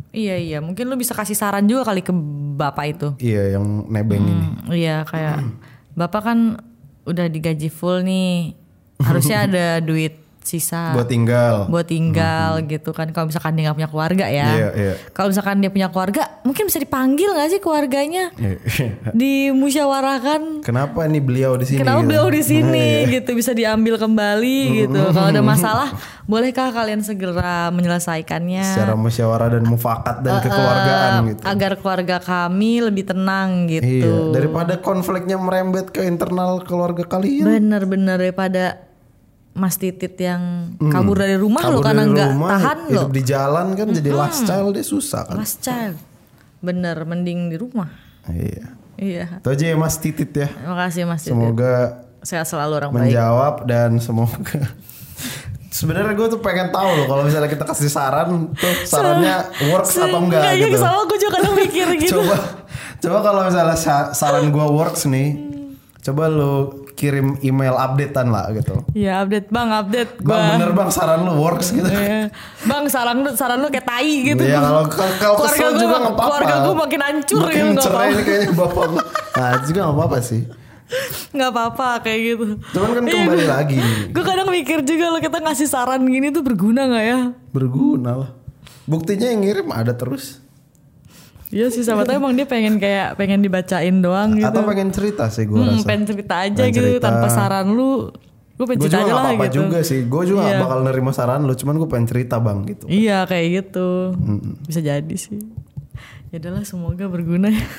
Iya, mungkin lu bisa kasih saran juga kali ke bapak itu. Iya, yang nebeng ini. Iya, kayak bapak kan udah digaji full nih, harusnya ada duit sisa buat tinggal gitu kan. Kalau misalkan dia nggak punya keluarga ya. Iya. Kalau misalkan dia punya keluarga, mungkin bisa dipanggil nggak sih keluarganya? Dimusyawarahkan. Kenapa nih beliau di sini? Beliau di sini gitu, bisa diambil kembali gitu. Kalau ada masalah, bolehkah kalian segera menyelesaikannya secara musyawarah dan mufakat dan kekeluargaan gitu. Agar keluarga kami lebih tenang gitu. Iya, daripada konfliknya merembet ke internal keluarga kalian. Bener-bener daripada Mas Titit yang kabur dari rumah lo karena nggak tahan lo. Hidup di jalan kan jadi last child dia susah kan. Last child. Bener, mending di rumah. Iya. Itu aja ya Mas Titit ya. Terima kasih Mas Titit. Semoga sehat selalu orang menjawab baik. Dan semoga sebenarnya gue tuh pengen tahu loh kalau misalnya kita kasih saran tuh sarannya works atau enggak gitu. Sama gue juga kadang mikir gitu. Coba kalau misalnya saran gue works nih, coba lo kirim email updatean lah gitu. Iya update bang. Bang bener bang saran lu works gitu. Bang saran lu kayak tai gitu. Iya kalau kesel juga nggak apa-apa. Keluarga gue makin hancur makin gitu. Cerai nih kayaknya bapak gue. Nah juga nggak apa-apa sih. Nggak apa-apa kayak gitu. Cuman kan kembali lagi. Gue kadang mikir juga lo kita ngasih saran gini tuh berguna nggak ya? Berguna lah. Buktinya yang ngirim ada terus. Iya sih sama tuh emang dia pengen dibacain doang gitu. Atau pengen cerita sih gue rasa. Pengen cerita aja gitu tanpa saran lu. Gue pengen cerita aja lah gitu. Gue juga sih. Gue juga gak bakal nerima saran lu. Cuman gue pengen cerita bang gitu. Iya kayak gitu. Bisa jadi sih. Ya udahlah semoga berguna ya.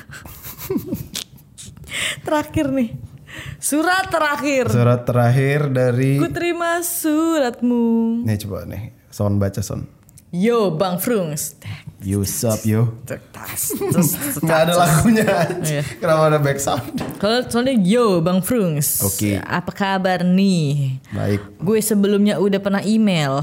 Terakhir nih. Surat terakhir dari. Ku terima suratmu. Nih coba nih. Son baca son. Yo Bang Frungs. You sup yo. Gak ada lagunya. Kenapa ada back sound? Kalau soalnya yo Bang Frungs. Oke. Apa kabar nih? Baik. Gue sebelumnya udah pernah email.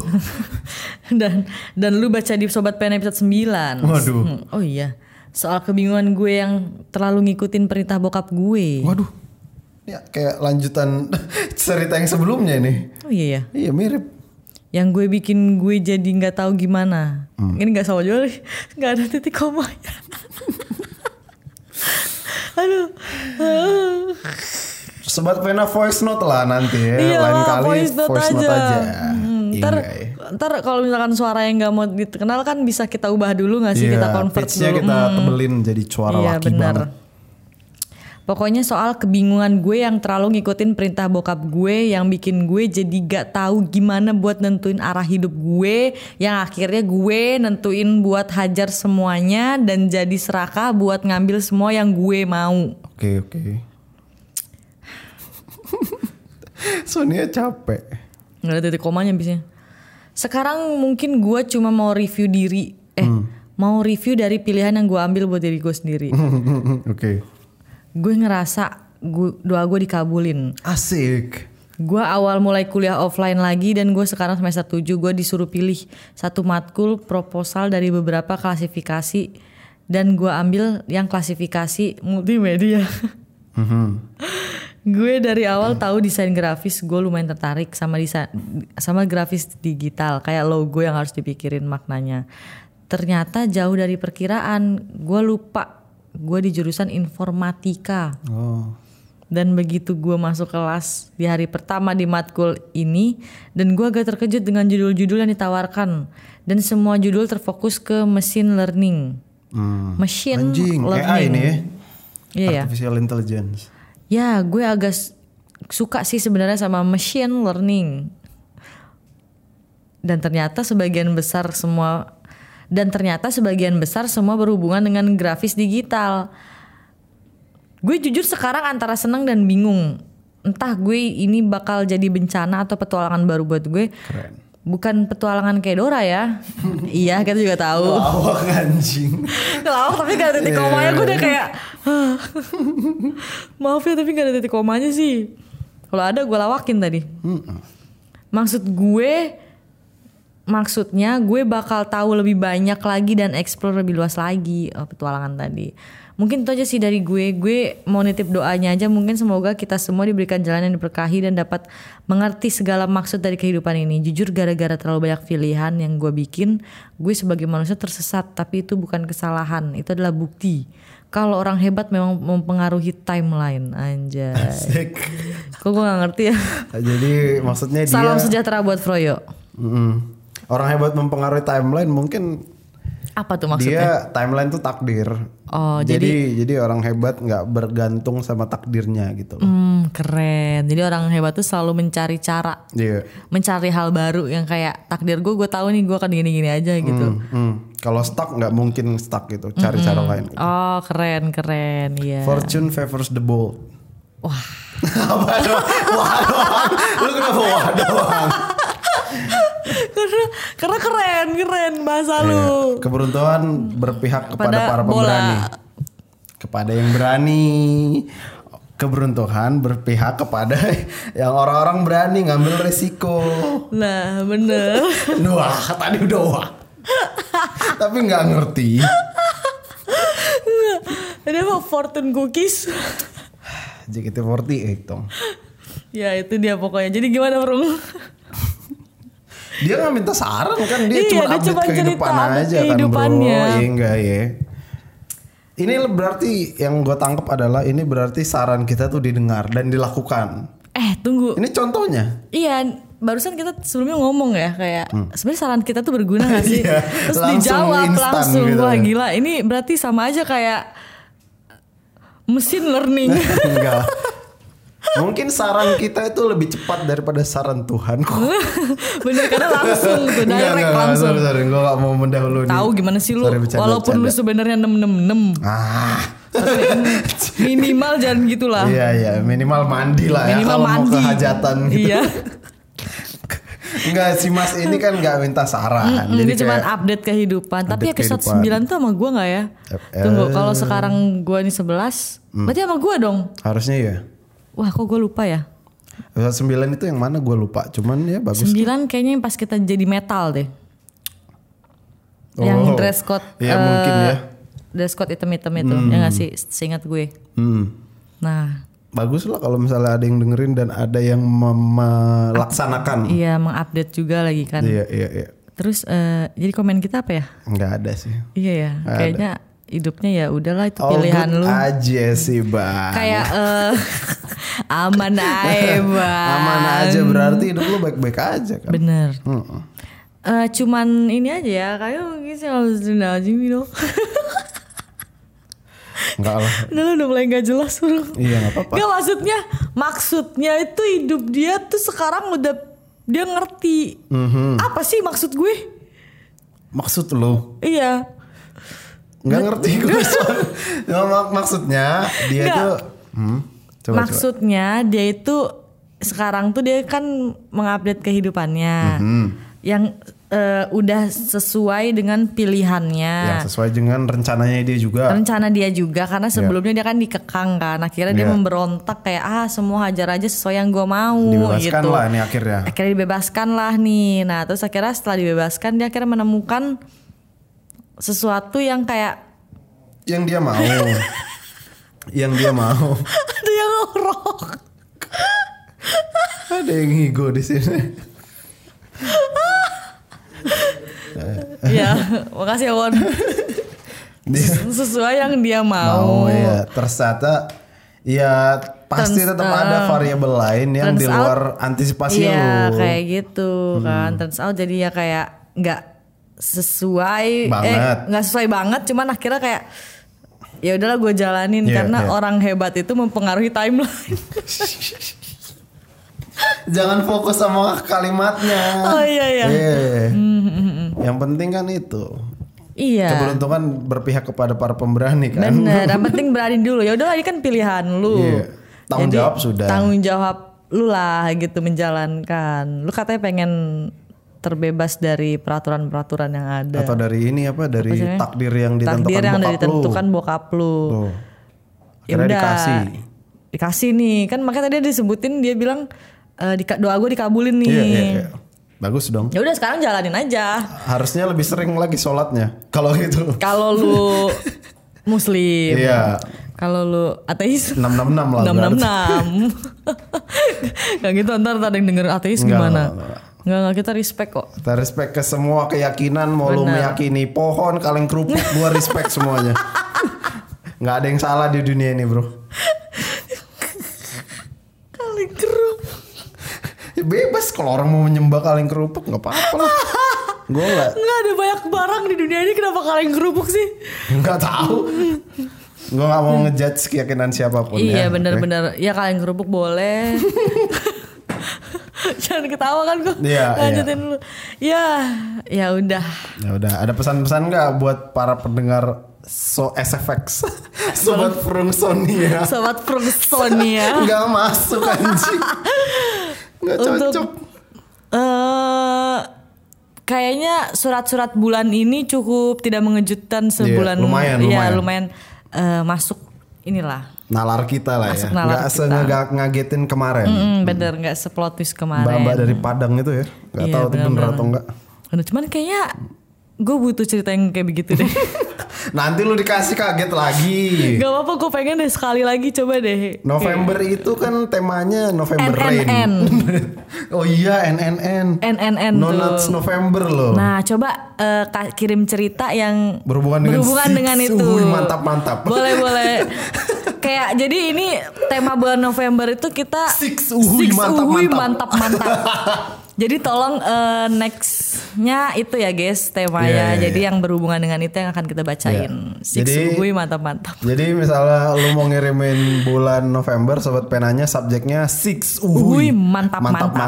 dan lu baca di Sobat Pen episode 9. Waduh. Oh iya. Soal kebingungan gue yang terlalu ngikutin perintah bokap gue. Waduh. Ya kayak lanjutan cerita yang sebelumnya nih. Oh iya ya. Iya mirip. Yang gue bikin gue jadi nggak tahu gimana. Ini nggak sama juga, nggak ada titik komanya. Aduh. Sobat Pena voice note lah nanti ya. Iya, lain kali voice note aja. Ntar kalau misalkan suara yang nggak mau dikenal kan bisa kita ubah dulu nggak sih, kita convert dulu. Kita tebelin jadi suara laki banget. Pokoknya soal kebingungan gue yang terlalu ngikutin perintah bokap gue yang bikin gue jadi gak tahu gimana buat nentuin arah hidup gue, yang akhirnya gue nentuin buat hajar semuanya dan jadi serakah buat ngambil semua yang gue mau. Oke. Sonia capek. Gak ada titik komanya abisnya. Sekarang mungkin gue cuma mau review diri. Mau review dari pilihan yang gue ambil buat diri gue sendiri. Oke. Gue ngerasa doa gue dikabulin. Asik. Gue awal mulai kuliah offline lagi dan gue sekarang semester 7 gue disuruh pilih satu matkul proposal dari beberapa klasifikasi dan gue ambil yang klasifikasi multimedia. Gue dari awal tahu desain grafis, gue lumayan tertarik sama grafis digital kayak logo yang harus dipikirin maknanya. Ternyata jauh dari perkiraan, gue lupa gue di jurusan informatika. Dan begitu gue masuk kelas di hari pertama di matkul ini, dan gue agak terkejut dengan judul-judul yang ditawarkan, dan semua judul terfokus ke machine learning. Machine learning. AI ini ya. Iya. Artificial intelligence. Ya, gue agak suka sih sebenarnya sama machine learning. Dan ternyata sebagian besar semua berhubungan dengan grafis digital. Gue jujur sekarang antara senang dan bingung. Entah gue ini bakal jadi bencana atau petualangan baru buat gue. Keren. Bukan petualangan kayak Dora ya. Iya, kita juga tahu. Lawak anjing. Lawak tapi gak ada titik komanya. Gue udah kayak maaf ya tapi gak ada titik komanya sih. Kalau ada gue lawakin tadi. Maksudnya gue bakal tahu lebih banyak lagi dan explore lebih luas lagi petualangan tadi. mungkin itu aja sih dari gue. Gue mau nitip doanya aja, mungkin semoga kita semua diberikan jalan yang diberkahi dan dapat mengerti segala maksud dari kehidupan ini. Jujur gara-gara terlalu banyak pilihan yang gue bikin, gue sebagai manusia tersesat. Tapi itu bukan kesalahan, itu adalah bukti kalau orang hebat memang mempengaruhi timeline. Anjay. Asik. Kok gue gak ngerti ya. Jadi maksudnya dia Salam sejahtera buat Froyo. Orang hebat mempengaruhi timeline, mungkin apa tuh maksudnya? dia timeline tuh takdir. Oh, jadi orang hebat nggak bergantung sama takdirnya gitu loh. Keren. Jadi orang hebat tuh selalu mencari cara, mencari hal baru yang kayak takdir gue tahu nih gue akan gini-gini aja gitu. Kalau stuck nggak mungkin stuck gitu, cari cara lain. Gitu. Oh keren ya. Fortune favors the bold. Wah. Apa doang? Wah doang. Lu kenapa wah doang? karena keren bahasa lu. Keberuntungan berpihak kepada para pemberani. Kepada yang berani. Keberuntungan berpihak kepada yang orang-orang berani ngambil resiko. Nah bener. Wah tadi udah wah. Tapi nggak ngerti. Ada apa fortune cookies? JKT48 dong. Ya itu dia pokoknya. Jadi gimana bro? Dia nggak minta saran kan, dia cuma update kehidupan aja kan bro. Iya enggak ya. Ini berarti yang gue tangkap adalah ini berarti saran kita tuh didengar dan dilakukan. Tunggu. Ini contohnya. Iya, barusan kita sebelumnya ngomong ya kayak sebenarnya saran kita tuh berguna gak sih? Terus dijawab langsung gitu. Wah gila, ini berarti sama aja kayak mesin learning. Enggak. Mungkin saran kita itu lebih cepat daripada saran Tuhan. Bener, karena langsung tuh direct langsung. Sorry, gue gak mau mendahului. Tahu gimana sih lu? Walaupun lu sebenarnya 666. Minimal jangan gitulah. Iya, minimal mandi lah ya. Minimal kalau mandi. mau ke hajatan gitu. Iya. Enggak, si Mas ini kan gak minta saran. Jadi cuma update kehidupan. Tapi episode 9 tuh sama gue gak ya? Tunggu, kalau sekarang gue nih 11, berarti sama gue dong? Harusnya ya. Wah kok gue lupa ya. Episode 9 itu yang mana gue lupa. Cuman ya bagus. 9 kayaknya yang pas kita jadi metal deh. Yang dress code. Ya mungkin ya. Dress code hitam-hitam itu. Ya gak sih, seingat gue. Nah. Bagus lah kalau misalnya ada yang dengerin dan ada yang melaksanakan. Iya, mengupdate juga lagi kan. Iya. Terus jadi komen kita apa ya? Nggak ada sih. Iya ya, kayaknya hidupnya ya udahlah itu pilihan lu. Aja sih bang. Kayak aman aja bang. Aman aja berarti hidup lu baik-baik aja kan. Bener. Cuman ini aja ya, kayak mungkin sih harus aja dong. Enggak lah. Udah mulai gak jelas bro. Iya gak apa-apa. Gak maksudnya itu hidup dia tuh sekarang udah dia ngerti. Apa sih maksud gue? Maksud lo? Iya. Gak ngerti gue. Maksudnya dia tuh maksudnya dia itu sekarang tuh dia kan mengupdate kehidupannya. Yang udah sesuai dengan pilihannya. Yang sesuai dengan rencananya dia juga. Rencana dia juga karena sebelumnya dia kan dikekang kan. Akhirnya dia memberontak kayak semua hajar aja sesuai yang gue mau. Dibebaskan gitu. lah nih akhirnya. Akhirnya dibebaskan lah nih. Nah terus akhirnya setelah dibebaskan dia akhirnya menemukan sesuatu yang kayak yang dia mau. Yang dia mau. Ada yang ngorok. Ada yang ngigo di sini. Ya, makasih ya Won. Sesuai yang dia mau. Ya, ternyata ya pasti tetap ada variabel lain yang di luar antisipasi lu. Iya, kayak gitu kan. Turns out jadi ya kayak nggak sesuai nggak sesuai banget, cuman akhirnya kayak ya udahlah gue jalanin karena orang hebat itu mempengaruhi timeline. Jangan fokus sama kalimatnya. Oh iya. Yang penting kan itu. Iya. Keberuntungan berpihak kepada para pemberani kan. Bener. Yang penting berani dulu. Ya udah ini kan pilihan lu. Iya. Tanggung jawab sudah. Tanggung jawab lu lah gitu menjalankan. Lu katanya pengen terbebas dari peraturan-peraturan yang ada. Atau dari ini apa? Dari takdir yang ditentukan takdir yang bokap ditentukan bokap lu. Akhirnya dikasih nih. Kan makanya tadi disebutin dia bilang doa gue dikabulin nih. Iya. Bagus dong. Ya udah sekarang jalanin aja. Harusnya lebih sering lagi sholatnya. Kalau gitu. Kalau lu Muslim. Iya. Kalau lu ateis 666 lah. 666. Gak gitu ntar ada yang denger ateis gimana? Enggak, kita respect kok. Kita respect ke semua keyakinan. Mau lu meyakini pohon, kaleng kerupuk, gua respect semuanya. Gak ada yang salah di dunia ini, bro. Kaleng kerupuk. Ya bebas kalau orang mau menyembah kaleng kerupuk gak apa-apa lah. Gue nggak ada banyak barang di dunia ini, kenapa kaleng kerupuk sih? Nggak tahu. Gue nggak mau ngejudge keyakinan siapapun. Iya benar-benar. Ya kaleng kerupuk boleh. Jangan ketawa kan gue. Iya. Lanjutin dulu. Ya udah. Ya udah. Ada pesan-pesan nggak buat para pendengar SFX? Sobat Frungsonia. Sobat Frungsonia. Nggak masuk anjing. Nggak cocok. Kayaknya surat-surat bulan ini cukup tidak mengejutkan sebulan. Iya, lumayan masuk inilah. Nalar kita lah masuk ya. Nggak ngagetin kemarin. Bener, nggak seplot twist kemarin. Mbak-mbak dari Padang itu ya. Nggak tahu itu bener atau enggak. Cuman kayaknya gue butuh cerita yang kayak begitu deh. Nanti lu dikasih kaget lagi. Gak apa-apa, gue pengen deh sekali lagi, coba deh. November itu kan temanya November Rain. Oh iya, NNN. Nonuts November loh. Nah coba kirim cerita yang berhubungan dengan itu. Mantap. Boleh. Kayak jadi ini tema bulan November itu kita Six mantap. Jadi tolong nextnya itu ya guys temanya. Jadi yang berhubungan dengan itu yang akan kita bacain. Six uhui mantap. Jadi misalnya lu mau ngirimin bulan November, sobat penanya subjeknya Six uhui mantap.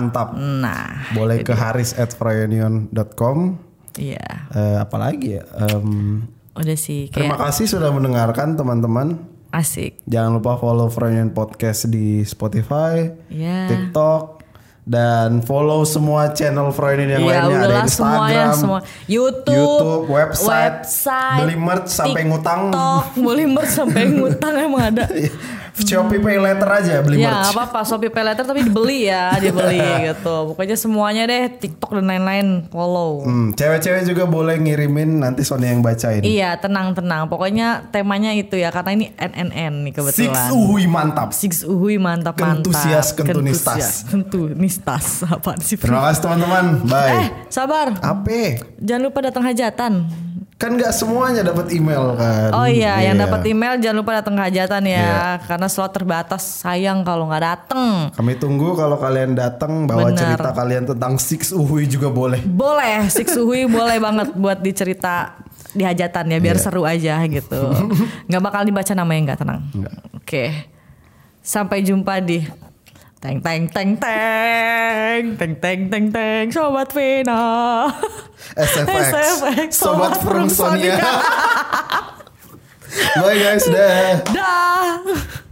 Nah, boleh ke haris@froyonion.com. Iya. Apalagi ya? Udah sih. Terima kasih sudah mendengarkan teman-teman. Asik. Jangan lupa follow Froyonion Podcast di Spotify, TikTok, dan follow semua channel Froyonion yang lainnya. Ada Instagram, semua. YouTube, website, beli merch sampai ngutang. Beli merch sampai ngutang emang ada. Shopee Pay Later aja beli merch. Ya apa-apa Shopee Pay Later tapi dibeli gitu. Pokoknya semuanya deh, TikTok dan lain-lain follow. Cewek-cewek juga boleh ngirimin, nanti Sonia yang bacain. Iya tenang. Pokoknya temanya itu ya, karena ini NNN nih kebetulan. Six uhui mantap. Kentusias. Kentunistas. Apaan sih? Terima kasih teman-teman. Bye. Sabar. Apa? Jangan lupa datang hajatan. Kan gak semuanya dapat email kan. Oh iya, yang dapat email jangan lupa datang ke hajatan ya. Karena slot terbatas, sayang kalau nggak datang. Kami tunggu kalau kalian datang, bawa cerita kalian tentang Six uhui juga boleh. Boleh, Six uhui boleh banget buat dicerita di hajatan ya, biar seru aja gitu. Nggak bakal dibaca namanya, nggak, tenang. Oke. Sampai jumpa di Teng Sobat Vena. SFX Sobat Frungsonia. Bye guys, dah.